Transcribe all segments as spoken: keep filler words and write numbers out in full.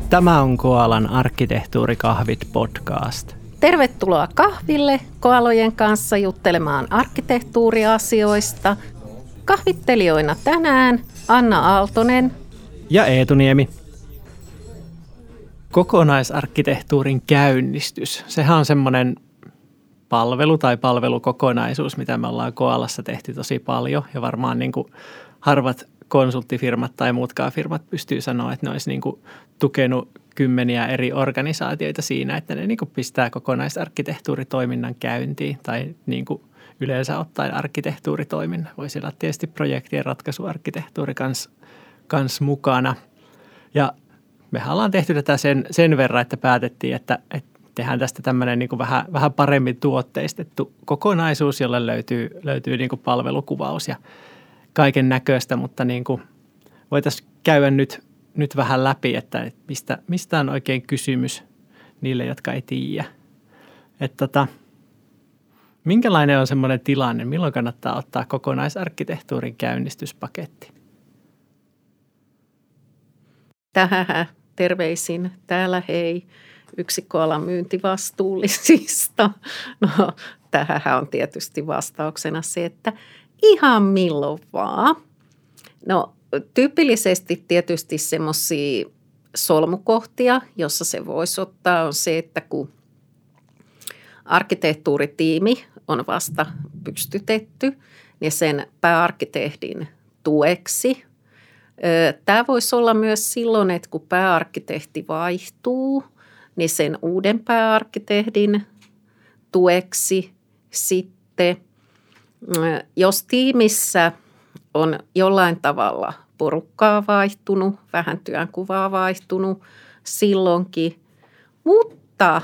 Tämä on Koalan Arkkitehtuurikahvit podcast. Tervetuloa kahville koalojen kanssa juttelemaan arkkitehtuuriasioista. Kahvittelijoina tänään Anna Aaltonen ja Eetu Niemi. Kokonaisarkkitehtuurin käynnistys. Sehän on semmoinen palvelu tai palvelukokonaisuus, mitä me ollaan Koalassa tehty tosi paljon. Ja varmaan niin kuin harvat konsulttifirmat tai muutkaan firmat pystyy sanoa, että ne olisi niin kuin tukenut kymmeniä eri organisaatioita siinä, että ne niin kuin pistää kokonaisarkkitehtuuritoiminnan käyntiin tai niin kuin yleensä ottaen arkkitehtuuritoiminnan. Voisi olla tietysti projektien ratkaisuarkkitehtuuri kans, kans mukana. Ja mehän ollaan tehty tätä sen, sen verran, että päätettiin, että, että tehdään tästä tämmöinen niin kuin vähän, vähän paremmin tuotteistettu kokonaisuus, jolle löytyy, löytyy niin kuin palvelukuvaus ja kaiken näköistä, mutta niin kuin voitaisiin käydä nyt, nyt vähän läpi, että mistä, mistä on oikein kysymys niille, jotka ei tiedä. Että tota, minkälainen on semmoinen tilanne, milloin kannattaa ottaa kokonaisarkkitehtuurin käynnistyspaketti? Tähän terveisin täällä hei yksi Koalan myyntivastuullisista. No tähän on tietysti vastauksena se, että ihan milloin vaan. No tyypillisesti tietysti semmoisia solmukohtia, jossa se voisi ottaa, on se, että kun arkkitehtuuritiimi on vasta pystytetty, niin sen pääarkkitehdin tueksi. Tämä voisi olla myös silloin, että kun pääarkkitehti vaihtuu, niin sen uuden pääarkkitehdin tueksi sitten, jos tiimissä on jollain tavalla porukkaa vaihtunut, vähän työnkuvaa vaihtunut silloinkin, mutta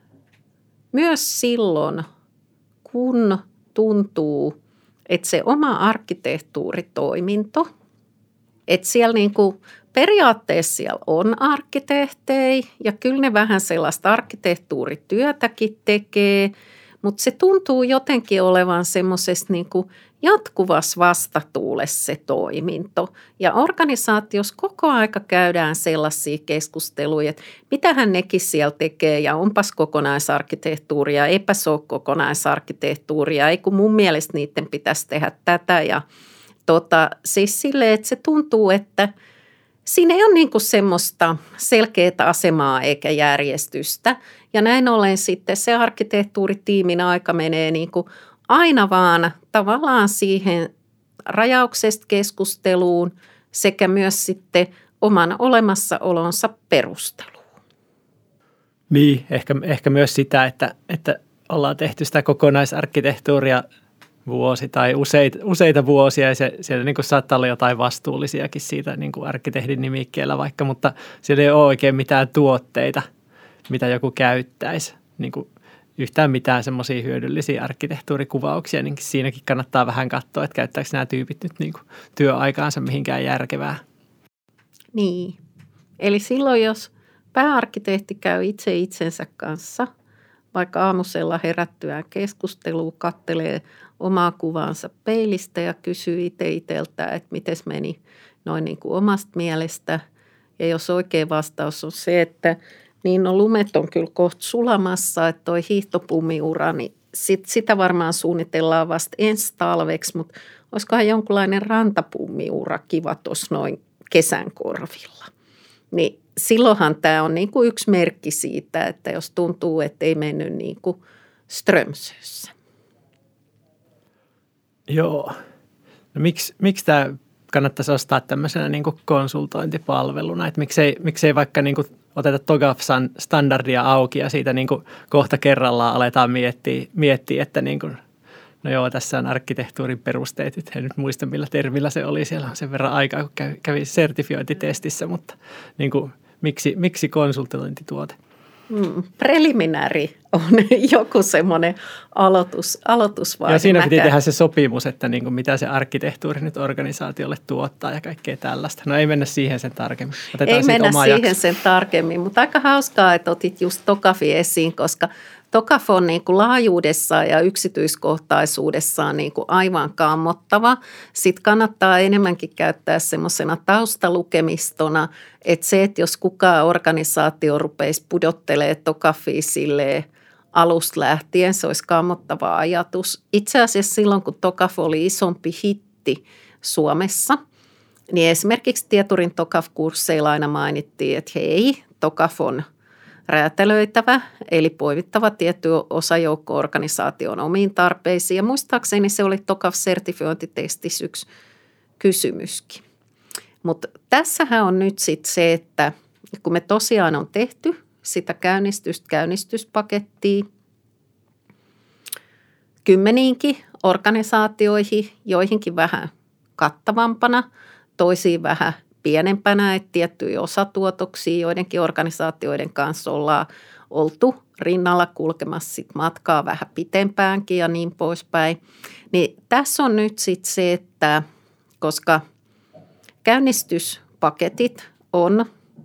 myös silloin, kun tuntuu, että se oma arkkitehtuuritoiminto, että siellä niin kuin periaatteessa siellä on arkkitehtejä ja kyllä ne vähän sellaista arkkitehtuurityötäkin tekee, mutta se tuntuu jotenkin olevan semmoisessa niin kuin jatkuvassa vastatuulessa se toiminto. Ja organisaatiossa koko aika käydään sellaisia keskusteluja, että mitähän nekin siellä tekee ja onpas kokonaisarkkitehtuuria, eipäs ole kokonaisarkkitehtuuria, ei kun mun mielestä niiden pitäisi tehdä tätä. Ja tota, siis silleen, että se tuntuu, että siinä ei ole niin kuin semmoista selkeää asemaa eikä järjestystä. Ja näin ollen sitten se arkkitehtuuritiimin aika menee niin kuin aina vaan tavallaan siihen rajauksesta keskusteluun sekä myös sitten oman olemassaolonsa perusteluun. Niin, ehkä, ehkä myös sitä, että, että ollaan tehty sitä kokonaisarkkitehtuuria vuosi tai useita, useita vuosia ja se, siellä niin kuin saattaa olla jotain vastuullisiakin siitä niin kuin arkkitehdin nimikkeellä vaikka, mutta siellä ei ole oikein mitään tuotteita, mitä joku käyttäisi, niin kuin yhtään mitään semmoisia hyödyllisiä arkkitehtuurikuvauksia, niin siinäkin kannattaa vähän katsoa, että käyttääkö nämä tyypit nyt niin kuin työaikaansa mihinkään järkevää. Niin, eli silloin jos pääarkkitehti käy itse itsensä kanssa, vaikka aamusella herättyään keskustelua, kattelee omaa kuvaansa peilistä ja kysyy itse itseltään, että miten meni noin niin kuin omasta mielestä. Ja jos oikea vastaus on se, että niin no lumet on kyllä kohta sulamassa, että toi hiihtopummiura, niin sit, sitä varmaan suunnitellaan vasta ensi talveksi, mutta olisikohan jonkunlainen rantapummiura kiva tuossa noin kesän korvilla. Niin silloinhan tämä on niin kuin yksi merkki siitä, että jos tuntuu, että ei mennyt niin kuin Strömsössä. Joo. No miksi, miksi tämä kannattaisi ostaa tämmöisenä niin kuin konsultointipalveluna? Että miksei, miksei vaikka niin kuin oteta TOGAFSan standardia auki ja siitä niin kuin kohta kerrallaan aletaan miettiä, miettiä että niin kuin, no joo, tässä on arkkitehtuurin perusteet. En nyt muista, millä termillä se oli. Siellä on sen verran aikaa, kun kävi, kävi sertifiointitestissä, mutta niin kuin, miksi, miksi konsultointituote? Mm, preliminäri on joku semmoinen aloitus, aloitusvaihe. Ja siinä piti tehdä se sopimus, että niin kuin mitä se arkkitehtuuri nyt organisaatiolle tuottaa ja kaikkea tällaista. No ei mennä siihen sen tarkemmin. Otetaan ei mennä siihen jakso. sen tarkemmin, mutta aika hauskaa, että otit just TOGAFin esiin, koska Tokaf on niin kuin laajuudessaan ja yksityiskohtaisuudessaan niin kuin aivan kammottava. Sitten kannattaa enemmänkin käyttää semmoisena taustalukemistona, että se, että jos kukaan organisaatio rupeisi pudottelemaan Tokafia silleen alusta lähtien, se olisi kammottava ajatus. Itse asiassa silloin, kun Tokaf oli isompi hitti Suomessa, niin esimerkiksi Tieturin Tokaf-kursseilla aina mainittiin, että hei, Tokaf on räätälöitävä, eli poimittava tietty osajoukko-organisaation omiin tarpeisiin. Ja muistaakseni se oli Tokaf-sertifiointitestissä yksi kysymyskin. Mutta tässähän on nyt sitten se, että kun me tosiaan on tehty sitä käynnistystä, käynnistyspakettia kymmeniinkin organisaatioihin, joihinkin vähän kattavampana, toisiin vähän pienempänä, että tiettyjä osatuotoksia joidenkin organisaatioiden kanssa ollaan oltu rinnalla kulkemassa sit matkaa vähän pitempäänkin ja niin poispäin. Niin tässä on nyt sitten se, että koska käynnistyspaketit on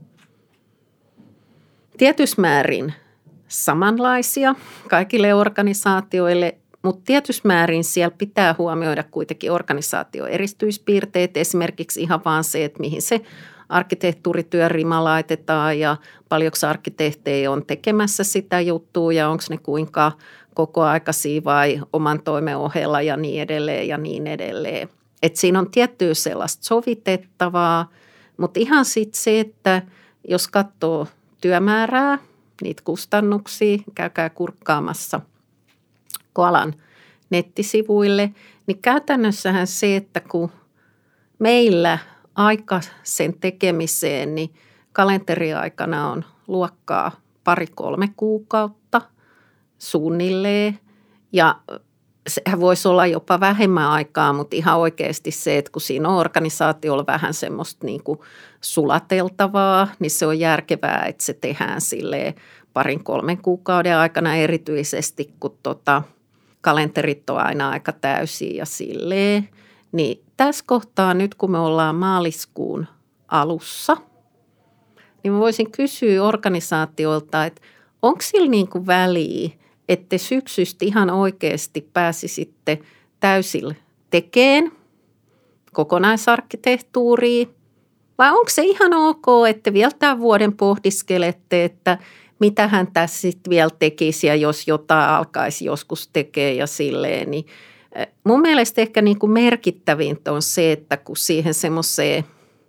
tietyssä määrin samanlaisia kaikille organisaatioille, mutta tietyssä määrin siellä pitää huomioida kuitenkin organisaation eristyispiirteet, esimerkiksi ihan vaan se, että mihin se arkkitehtuurityörima laitetaan ja paljonko arkkitehtejä on tekemässä sitä juttua ja onko ne kuinka kokoaikaisia vai oman toimen ohella ja niin edelleen ja niin edelleen. Et siinä on tiettyä sellaista sovitettavaa, mutta ihan sitten se, että jos katsoo työmäärää, niitä kustannuksia, käykää kurkkaamassa Koalan nettisivuille, niin käytännössähän se, että kun meillä aika sen tekemiseen, niin kalenteriaikana on luokkaa pari-kolme kuukautta suunnilleen ja sehän voisi olla jopa vähemmän aikaa, mutta ihan oikeasti se, että kun siinä on organisaatiolla vähän semmoista niin kuin sulateltavaa, niin se on järkevää, että se tehdään silleen parin kolmen kuukauden aikana erityisesti, kun tota, kalenterit on aina aika täysiä ja silleen. Niin tässä kohtaa nyt, kun me ollaan maaliskuun alussa, niin mä voisin kysyä organisaatiolta, että onko sillä niin kuin väliä, että syksystä ihan oikeasti pääsisitte täysillä tekemään kokonaisarkkitehtuuria, vai onko se ihan ok, että vielä tämän vuoden pohdiskelette, että mitähän tässä sitten vielä tekisi ja jos jotain alkaisi joskus tekemään ja silleen, niin mun mielestä ehkä niin kuin merkittävintä on se, että kun siihen semmoiseen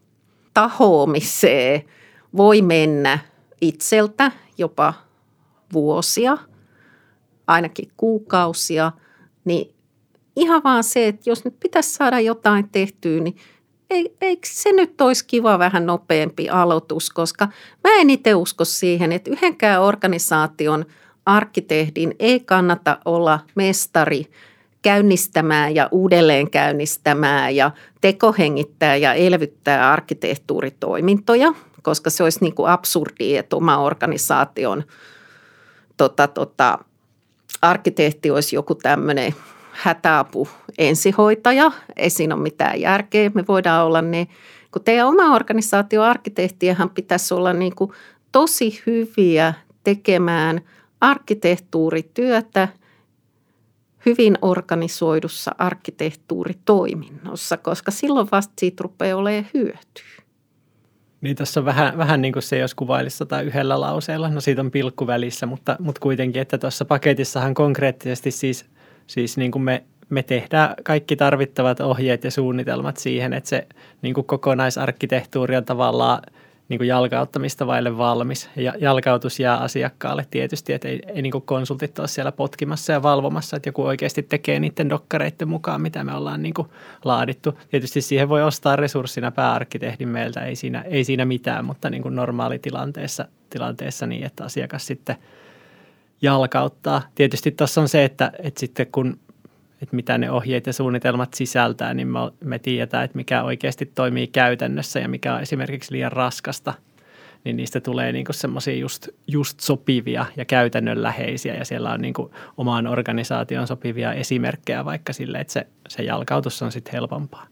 tahoamiseen voi mennä itseltä jopa vuosia, ainakin kuukausia, niin ihan vaan se, että jos nyt pitäisi saada jotain tehtyä, niin eikö se nyt olisi kiva vähän nopeampi aloitus, koska mä en itse usko siihen, että yhdenkään organisaation arkkitehdin ei kannata olla mestari käynnistämään ja uudelleen käynnistämään ja tekohengittää ja elvyttää arkkitehtuuritoimintoja, koska se olisi niin kuin absurdia, että oma organisaation tota, tota, arkkitehti olisi joku tämmöinen hätäapu ensihoitaja. Ei siinä ole mitään järkeä. Me voidaan olla ne, kun teidän oma organisaation arkkitehtiähän pitäisi olla niin kuin tosi hyviä tekemään arkkitehtuurityötä hyvin organisoidussa arkkitehtuuritoiminnossa, koska silloin vasta siitä rupeaa olemaan hyötyä. Niin tässä on vähän, vähän niin kuin se, jos kuvailisi tai yhdellä lauseella, no siitä on pilkku välissä, mutta, mutta kuitenkin, että tuossa paketissahan konkreettisesti siis, siis niin kuin me, me tehdään kaikki tarvittavat ohjeet ja suunnitelmat siihen, että se niin kuin kokonaisarkkitehtuuri on tavallaan niin kuin jalkauttamista vaille valmis. Ja jalkautus jää asiakkaalle tietysti, että ei, ei niin kuin konsultit ole siellä potkimassa ja valvomassa, että joku oikeasti tekee niiden dokkareiden mukaan, mitä me ollaan niin kuin laadittu. Tietysti siihen voi ostaa resurssina pääarkkitehdin meiltä, ei siinä, ei siinä mitään, mutta niin kuin normaalitilanteessa tilanteessa niin, että asiakas sitten jalkauttaa. Tietysti tuossa on se, että, että sitten kun että mitä ne ohjeet ja suunnitelmat sisältää, niin me, me tiedetään, että mikä oikeasti toimii käytännössä ja mikä on esimerkiksi liian raskasta, niin niistä tulee niinku semmoisia just, just sopivia ja käytännönläheisiä ja siellä on niinku omaan organisaation sopivia esimerkkejä vaikka sille, että se, se jalkautus on sitten helpompaa.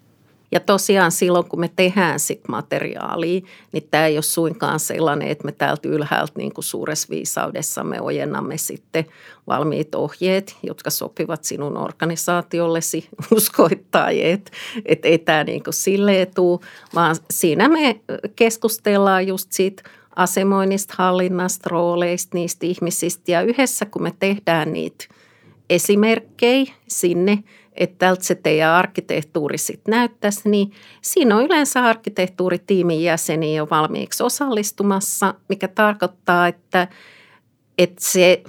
Ja tosiaan silloin, kun me tehdään sit materiaalia, niin tämä ei ole suinkaan sellainen, että me täältä ylhäältä niin kuin suuressa viisaudessamme ojennamme sitten valmiit ohjeet, jotka sopivat sinun organisaatiollesi, uskoit tai et. Että ei tämä niin kuin silleen tule, vaan siinä me keskustellaan just siitä asemoinnista, hallinnasta, rooleista, niistä ihmisistä. Ja yhdessä, kun me tehdään niitä esimerkkejä sinne, että tältä se teidän arkkitehtuuri sitten näyttäisi, niin siinä on yleensä arkkitehtuuritiimin jäseniä jo valmiiksi osallistumassa, mikä tarkoittaa, että, että se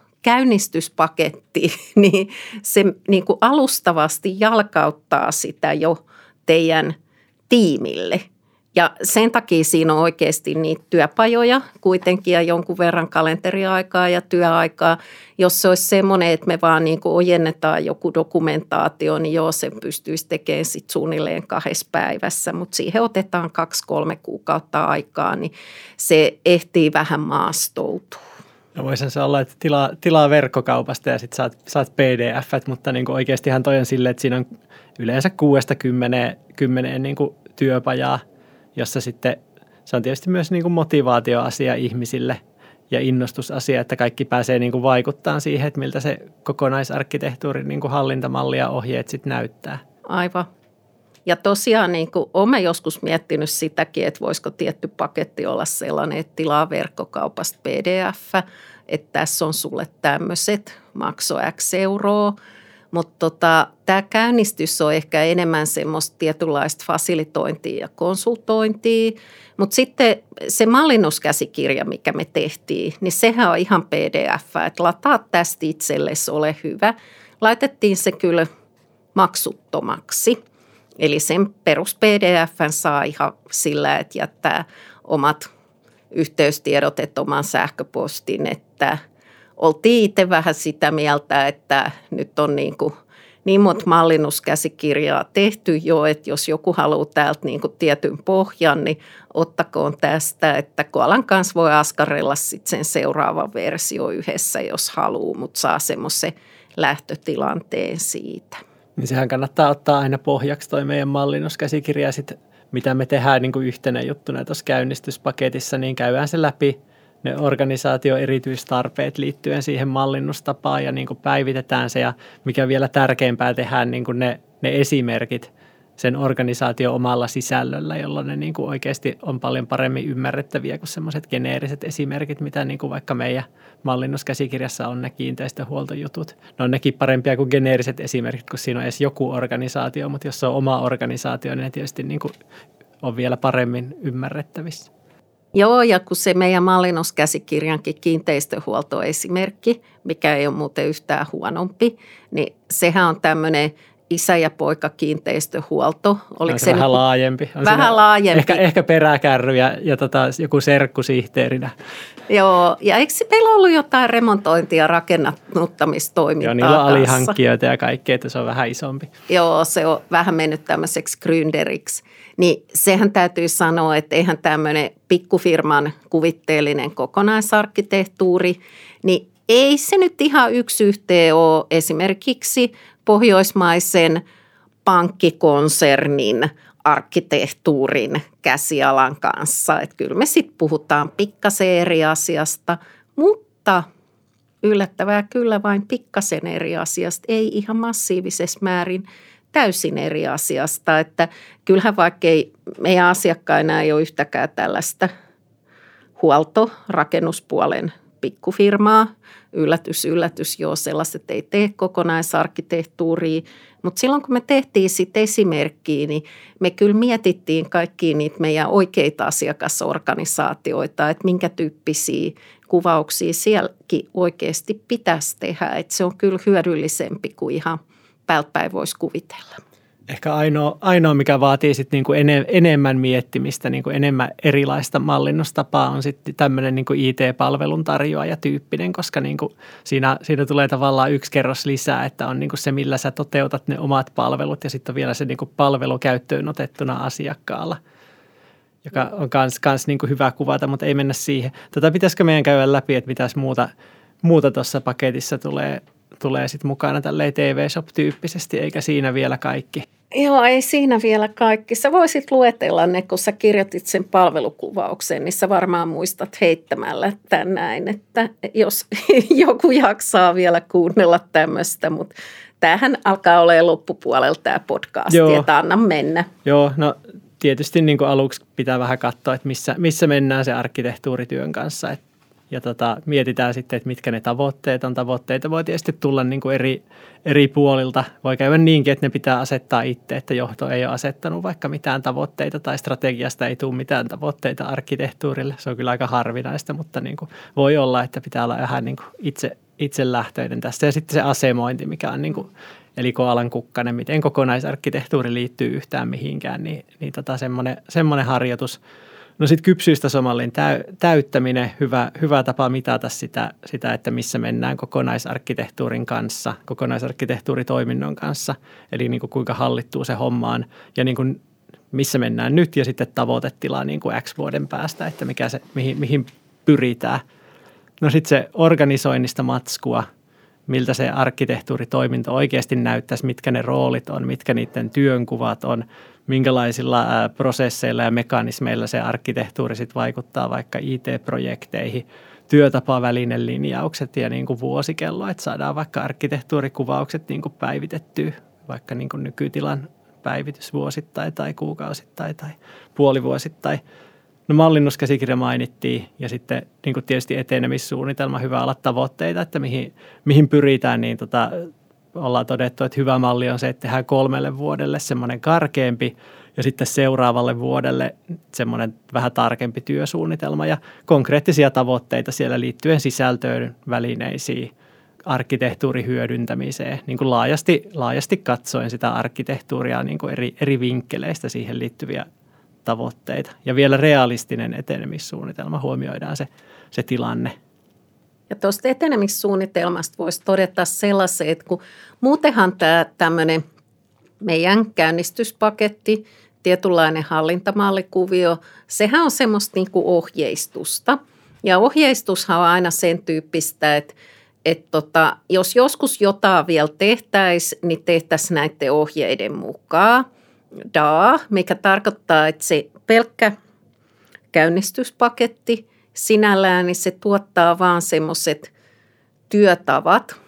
käynnistyspaketti, niin se niin kuin alustavasti jalkauttaa sitä jo teidän tiimille. Ja sen takia siinä on oikeasti niitä työpajoja kuitenkin ja jonkun verran kalenteriaikaa ja työaikaa. Jos se olisi semmoinen, että me vaan niin kuin ojennetaan joku dokumentaatio, niin joo, sen pystyisi tekemään sit suunnilleen kahdessa päivässä. Mutta siihen otetaan kaksi-kolme kuukautta aikaa, niin se ehtii vähän maastoutua. No voisihan se olla, että tilaa, tilaa verkkokaupasta ja sitten saat, saat P D F, mutta niin kuin oikeastihan toi on silleen, että siinä on yleensä kuudesta kymmeneen, kymmeneen niin kuin työpajaa, jossa sitten se on tietysti myös niin kuin motivaatioasia ihmisille ja innostusasia, että kaikki pääsee niin kuin vaikuttamaan siihen, että miltä se kokonaisarkkitehtuurin niin kuin hallintamalli ja ohjeet sitten näyttää. Aivan. Ja tosiaan niin kuin olen joskus miettinyt sitäkin, että voisiko tietty paketti olla sellainen, että tilaa verkkokaupasta P D F, että tässä on sulle tämmöiset, makso X euroa. Mutta tota, tämä käynnistys on ehkä enemmän semmoista tietynlaista fasilitointia ja konsultointia. Mutta sitten se mallinnuskäsikirja, mikä me tehtiin, niin sehän on ihan P D F, että lataa tästä itsellesi, ole hyvä. Laitettiin se kyllä maksuttomaksi. Eli sen perus P D F:n saa ihan sillä, että jättää omat yhteystiedot, että oman sähköpostin, että oltiin itse vähän sitä mieltä, että nyt on niin, kuin niin monta mallinnuskäsikirjaa tehty jo, että jos joku haluaa täältä niin kuin tietyn pohjan, niin ottakoon tästä, että Koalan kanssa voi askarella sitten sen seuraavan versio yhdessä, jos haluaa, mutta saa semmoisen lähtötilanteen siitä. Niin sehän kannattaa ottaa aina pohjaksi toi meidän mallinnuskäsikirja, sit mitä me tehdään niin kuin yhtenä juttuna tuossa käynnistyspaketissa, niin käydään se läpi ne organisaation erityistarpeet liittyen siihen mallinnustapaan ja niin kuin päivitetään se ja mikä vielä tärkeämpää tehdään niin kuin ne, ne esimerkit sen organisaation omalla sisällöllä, jolloin ne niin kuin oikeasti on paljon paremmin ymmärrettäviä kuin semmoiset geneeriset esimerkit, mitä niin kuin vaikka meidän mallinnuskäsikirjassa on ne kiinteistöhuoltojutut. Ne on nekin parempia kuin geneeriset esimerkit, kun siinä on edes joku organisaatio, mutta jos se on oma organisaatio, niin ne tietysti niin kuin on vielä paremmin ymmärrettävissä. Joo, ja kun se meidän mallinnuskäsikirjankin kiinteistöhuoltoesimerkki, mikä ei ole muuten yhtään huonompi, niin sehän on tämmöinen isä- ja poika kiinteistöhuolto. Oliko se, se vähän laajempi? On vähän laajempi. Ehkä, ehkä peräkärry ja, ja tota, joku serkku sihteerinä. Joo, ja eikö meillä ollut jotain remontointia ja rakennuttamistoimintaa? Joo, niillä on alihankkijoita ja kaikkea, että se on vähän isompi. Joo, se on vähän mennyt tämmöiseksi gründeriksi. Niin sehän täytyy sanoa, että eihän tämmöinen pikkufirman kuvitteellinen kokonaisarkkitehtuuri, niin ei se nyt ihan yksi yhteen ole esimerkiksi pohjoismaisen pankkikonsernin arkkitehtuurin käsialan kanssa. Että kyllä me sitten puhutaan pikkasen eri asiasta, mutta yllättävää kyllä vain pikkasen eri asiasta, ei ihan massiivisessa määrin täysin eri asiasta. Että kyllähän vaikka ei, meidän asiakkaina ei ole yhtäkään tällaista huolto- rakennuspuolen pikkufirmaa. Yllätys, yllätys, joo, sellaiset ei tee kokonaisarkkitehtuuria. Mutta silloin kun me tehtiin sitten esimerkkiä, niin me kyllä mietittiin kaikkia niitä meidän oikeita asiakasorganisaatioita, että minkä tyyppisiä kuvauksia sielläkin oikeasti pitäisi tehdä. Että se on kyllä hyödyllisempi kuin ihan päältä päin voisi kuvitella. Ehkä ainoa, ainoa mikä vaatii sitten niinku ene, enemmän miettimistä, niinku enemmän erilaista mallinnustapaa on sitten tämmöinen niinku I T-palvelun tarjoaja tyyppinen, koska niinku siinä, siinä tulee tavallaan yksi kerros lisää, että on niinku se, millä sä toteutat ne omat palvelut ja sitten on vielä se niinku palvelu käyttöön otettuna asiakkaalla, joka on kans, kans niinku hyvä kuvata, mutta ei mennä siihen. Tätä pitäisikö meidän käydä läpi, että mitäs muuta muuta tuossa paketissa tulee, tulee sitten mukana tälleen T V-shop-tyyppisesti, eikä siinä vielä kaikki. Joo, ei siinä vielä kaikki. Sä voisit luetella ne, kun sä kirjoitit sen palvelukuvauksen, niin sä varmaan muistat heittämällä tämän näin, että jos joku jaksaa vielä kuunnella tämmöistä, mutta tämähän alkaa olemaan loppupuolella tämä podcasti, Joo. että anna mennä. Joo, no tietysti niin kuin aluksi pitää vähän katsoa, että missä, missä mennään se arkkitehtuurityön kanssa, et, ja tota, mietitään sitten, että mitkä ne tavoitteet on. Tavoitteita voi tietysti tulla niin kuin eri, eri puolilta. Voi käydä niinkin, että ne pitää asettaa itse, että johto ei ole asettanut vaikka mitään tavoitteita tai strategiasta ei tule mitään tavoitteita arkkitehtuurille. Se on kyllä aika harvinaista, mutta niin kuin voi olla, että pitää olla vähän niin kuin itse, itselähtöinen tässä. Ja sitten se asemointi, mikä on niin kuin, eli koalan kukkanen, miten kokonaisarkkitehtuuri liittyy yhtään mihinkään, niin, niin tota semmoinen, semmoinen harjoitus. No sitten kypsyystasomallin täyttäminen, hyvä, hyvä tapa mitata sitä, sitä, että missä mennään kokonaisarkkitehtuurin kanssa, kokonaisarkkitehtuuritoiminnon kanssa, eli niin kuin kuinka hallittuu se hommaan ja niin kuin missä mennään nyt ja sitten tavoitetila niin kuin X vuoden päästä, että mikä se, mihin, mihin pyritään. No sitten se organisoinnista matskua, miltä se arkkitehtuuritoiminto oikeasti näyttäisi, mitkä ne roolit on, mitkä niiden työnkuvat on, minkälaisilla prosesseilla ja mekanismeilla se arkkitehtuuri sit vaikuttaa vaikka I T-projekteihin, työtapavälinelinjaukset ja niin kuin vuosikello, että saadaan vaikka arkkitehtuurikuvaukset niin kuin päivitettyä, vaikka niin kuin nykytilan päivitys vuosittain tai kuukausittain tai puolivuosittain. No mallinnuskäsikirja mainittiin ja sitten niin kuin tietysti etenemissuunnitelma, hyvä olla tavoitteita, että mihin, mihin pyritään, niin tota, ollaan todettu, että hyvä malli on se, että tehdään kolmelle vuodelle semmoinen karkeampi ja sitten seuraavalle vuodelle semmoinen vähän tarkempi työsuunnitelma ja konkreettisia tavoitteita siellä liittyen sisältöön, välineisiin, arkkitehtuurin hyödyntämiseen, niin kuin laajasti, laajasti katsoen sitä arkkitehtuuria niin kuin eri, eri vinkkeleistä siihen liittyviä tavoitteita. Ja vielä realistinen etenemissuunnitelma, huomioidaan se, se tilanne. Ja tuosta etenemissuunnitelmasta voisi todeta sellaisen, että kun muutenhan tämä tämmöinen meidän käynnistyspaketti, tietynlainen hallintamallikuvio, sehän on semmoista niin kuin ohjeistusta. Ja ohjeistushan on aina sen tyyppistä, että, että tota, jos joskus jotain vielä tehtäisiin, niin tehtäisiin näiden ohjeiden mukaan. Da, mikä tarkoittaa, että se pelkkä käynnistyspaketti sinällään, niin se tuottaa vaan semmoiset työtavat,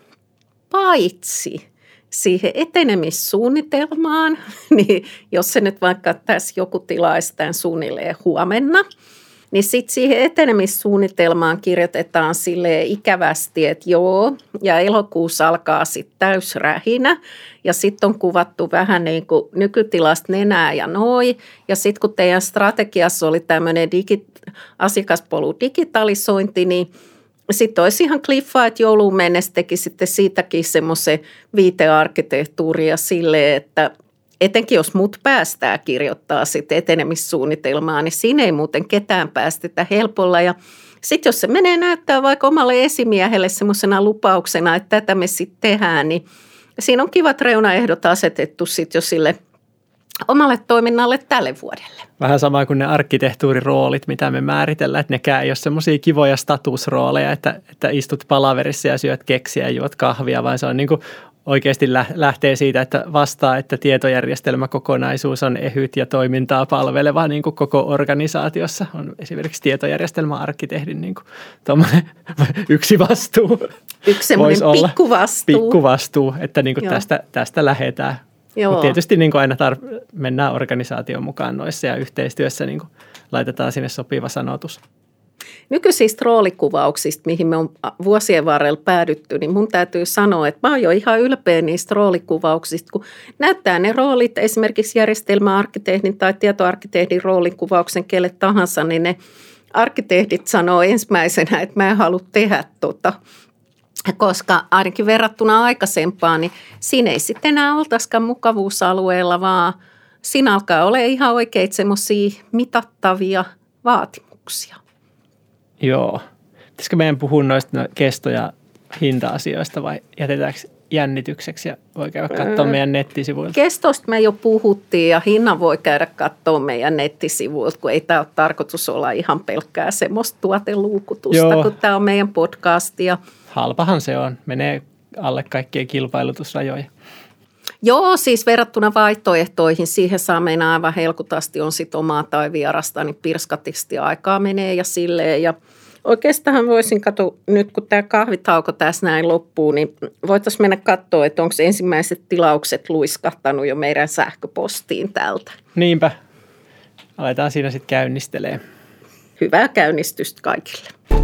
paitsi siihen etenemissuunnitelmaan, niin jos se nyt vaikka tässä joku tilaisi tämän suunnilleen huomenna, niin sitten siihen etenemissuunnitelmaan kirjoitetaan silleen ikävästi, että joo, ja elokuussa alkaa sitten täysrähinä, ja sitten on kuvattu vähän niin kuin nykytilasta nenää ja noi, ja sitten kun teidän strategiassa oli tämmöinen digi, asiakaspolun digitalisointi, niin sitten olisi ihan kliffaa, että jouluun mennessä teki sitten siitäkin semmoisen viitearkkitehtuuria silleen, että etenkin jos mut päästää kirjoittaa sitten etenemissuunnitelmaa, niin siinä ei muuten ketään päästetä helpolla. Ja sitten jos se menee näyttää vaikka omalle esimiehelle semmoisena lupauksena, että tätä me sitten tehdään, niin siinä on kivat reunaehdot asetettu sitten jo sille omalle toiminnalle tälle vuodelle. Vähän sama kuin ne arkkitehtuuriroolit, mitä me määritellään, että nekään ei ole semmoisia kivoja statusrooleja, että, että istut palaverissa ja syöt keksiä ja juot kahvia, vaan se on niin kuin oikeasti lähtee siitä, että vastaa, että tietojärjestelmäkokonaisuus on ehyt ja toimintaa palveleva niin kuin koko organisaatiossa. On esimerkiksi tietojärjestelmäarkkitehdin niin kuin yksi vastuu. Yksi semmoinen pikkuvastuu. Pikkuvastuu, että niin kuin tästä, tästä lähdetään. Mutta tietysti niin kuin aina tar- mennään organisaation mukaan noissa ja yhteistyössä niin kuin laitetaan sinne sopiva sanotus. Nykyisistä roolikuvauksista, mihin me on vuosien varrella päädytty, niin mun täytyy sanoa, että mä oon jo ihan ylpeä niistä roolikuvauksista, kun näyttää ne roolit esimerkiksi järjestelmäarkkitehdin tai tietoarkkitehdin roolikuvauksen kelle tahansa, niin ne arkkitehdit sanoo ensimmäisenä, että mä en halua tehdä tota. Koska ainakin verrattuna aikaisempaan, niin siinä ei sitten enää oltaisikaan mukavuusalueella, vaan siinä alkaa olla ihan oikeita semmoisia mitattavia vaatimuksia. Joo. Pitäisikö meidän puhua noista kesto- ja hinta-asioista vai jätetäänkö jännitykseksi ja voi käydä katsoa meidän nettisivuilta? Kestosta me jo puhuttiin ja hinnan voi käydä katsoa meidän nettisivuilta, kun ei tämä ole tarkoitus olla ihan pelkkää semmoista tuoteluukutusta, Joo. kun tämä on meidän podcast. Ja halpahan se on. Menee alle kaikkien kilpailutusrajoja. Joo, siis verrattuna vaihtoehtoihin, siihen saa mennä aivan helkutasti, on sit omaa tai vierasta, niin pirskatisti aikaa menee ja silleen. Ja oikeastaan voisin katsoa, nyt kun tämä kahvitauko tässä näin loppuu, niin voitaisiin mennä katsoa, että onko ensimmäiset tilaukset luiskahtanut jo meidän sähköpostiin täältä. Niinpä. Aletaan siinä sitten käynnistelee. Hyvää käynnistystä kaikille.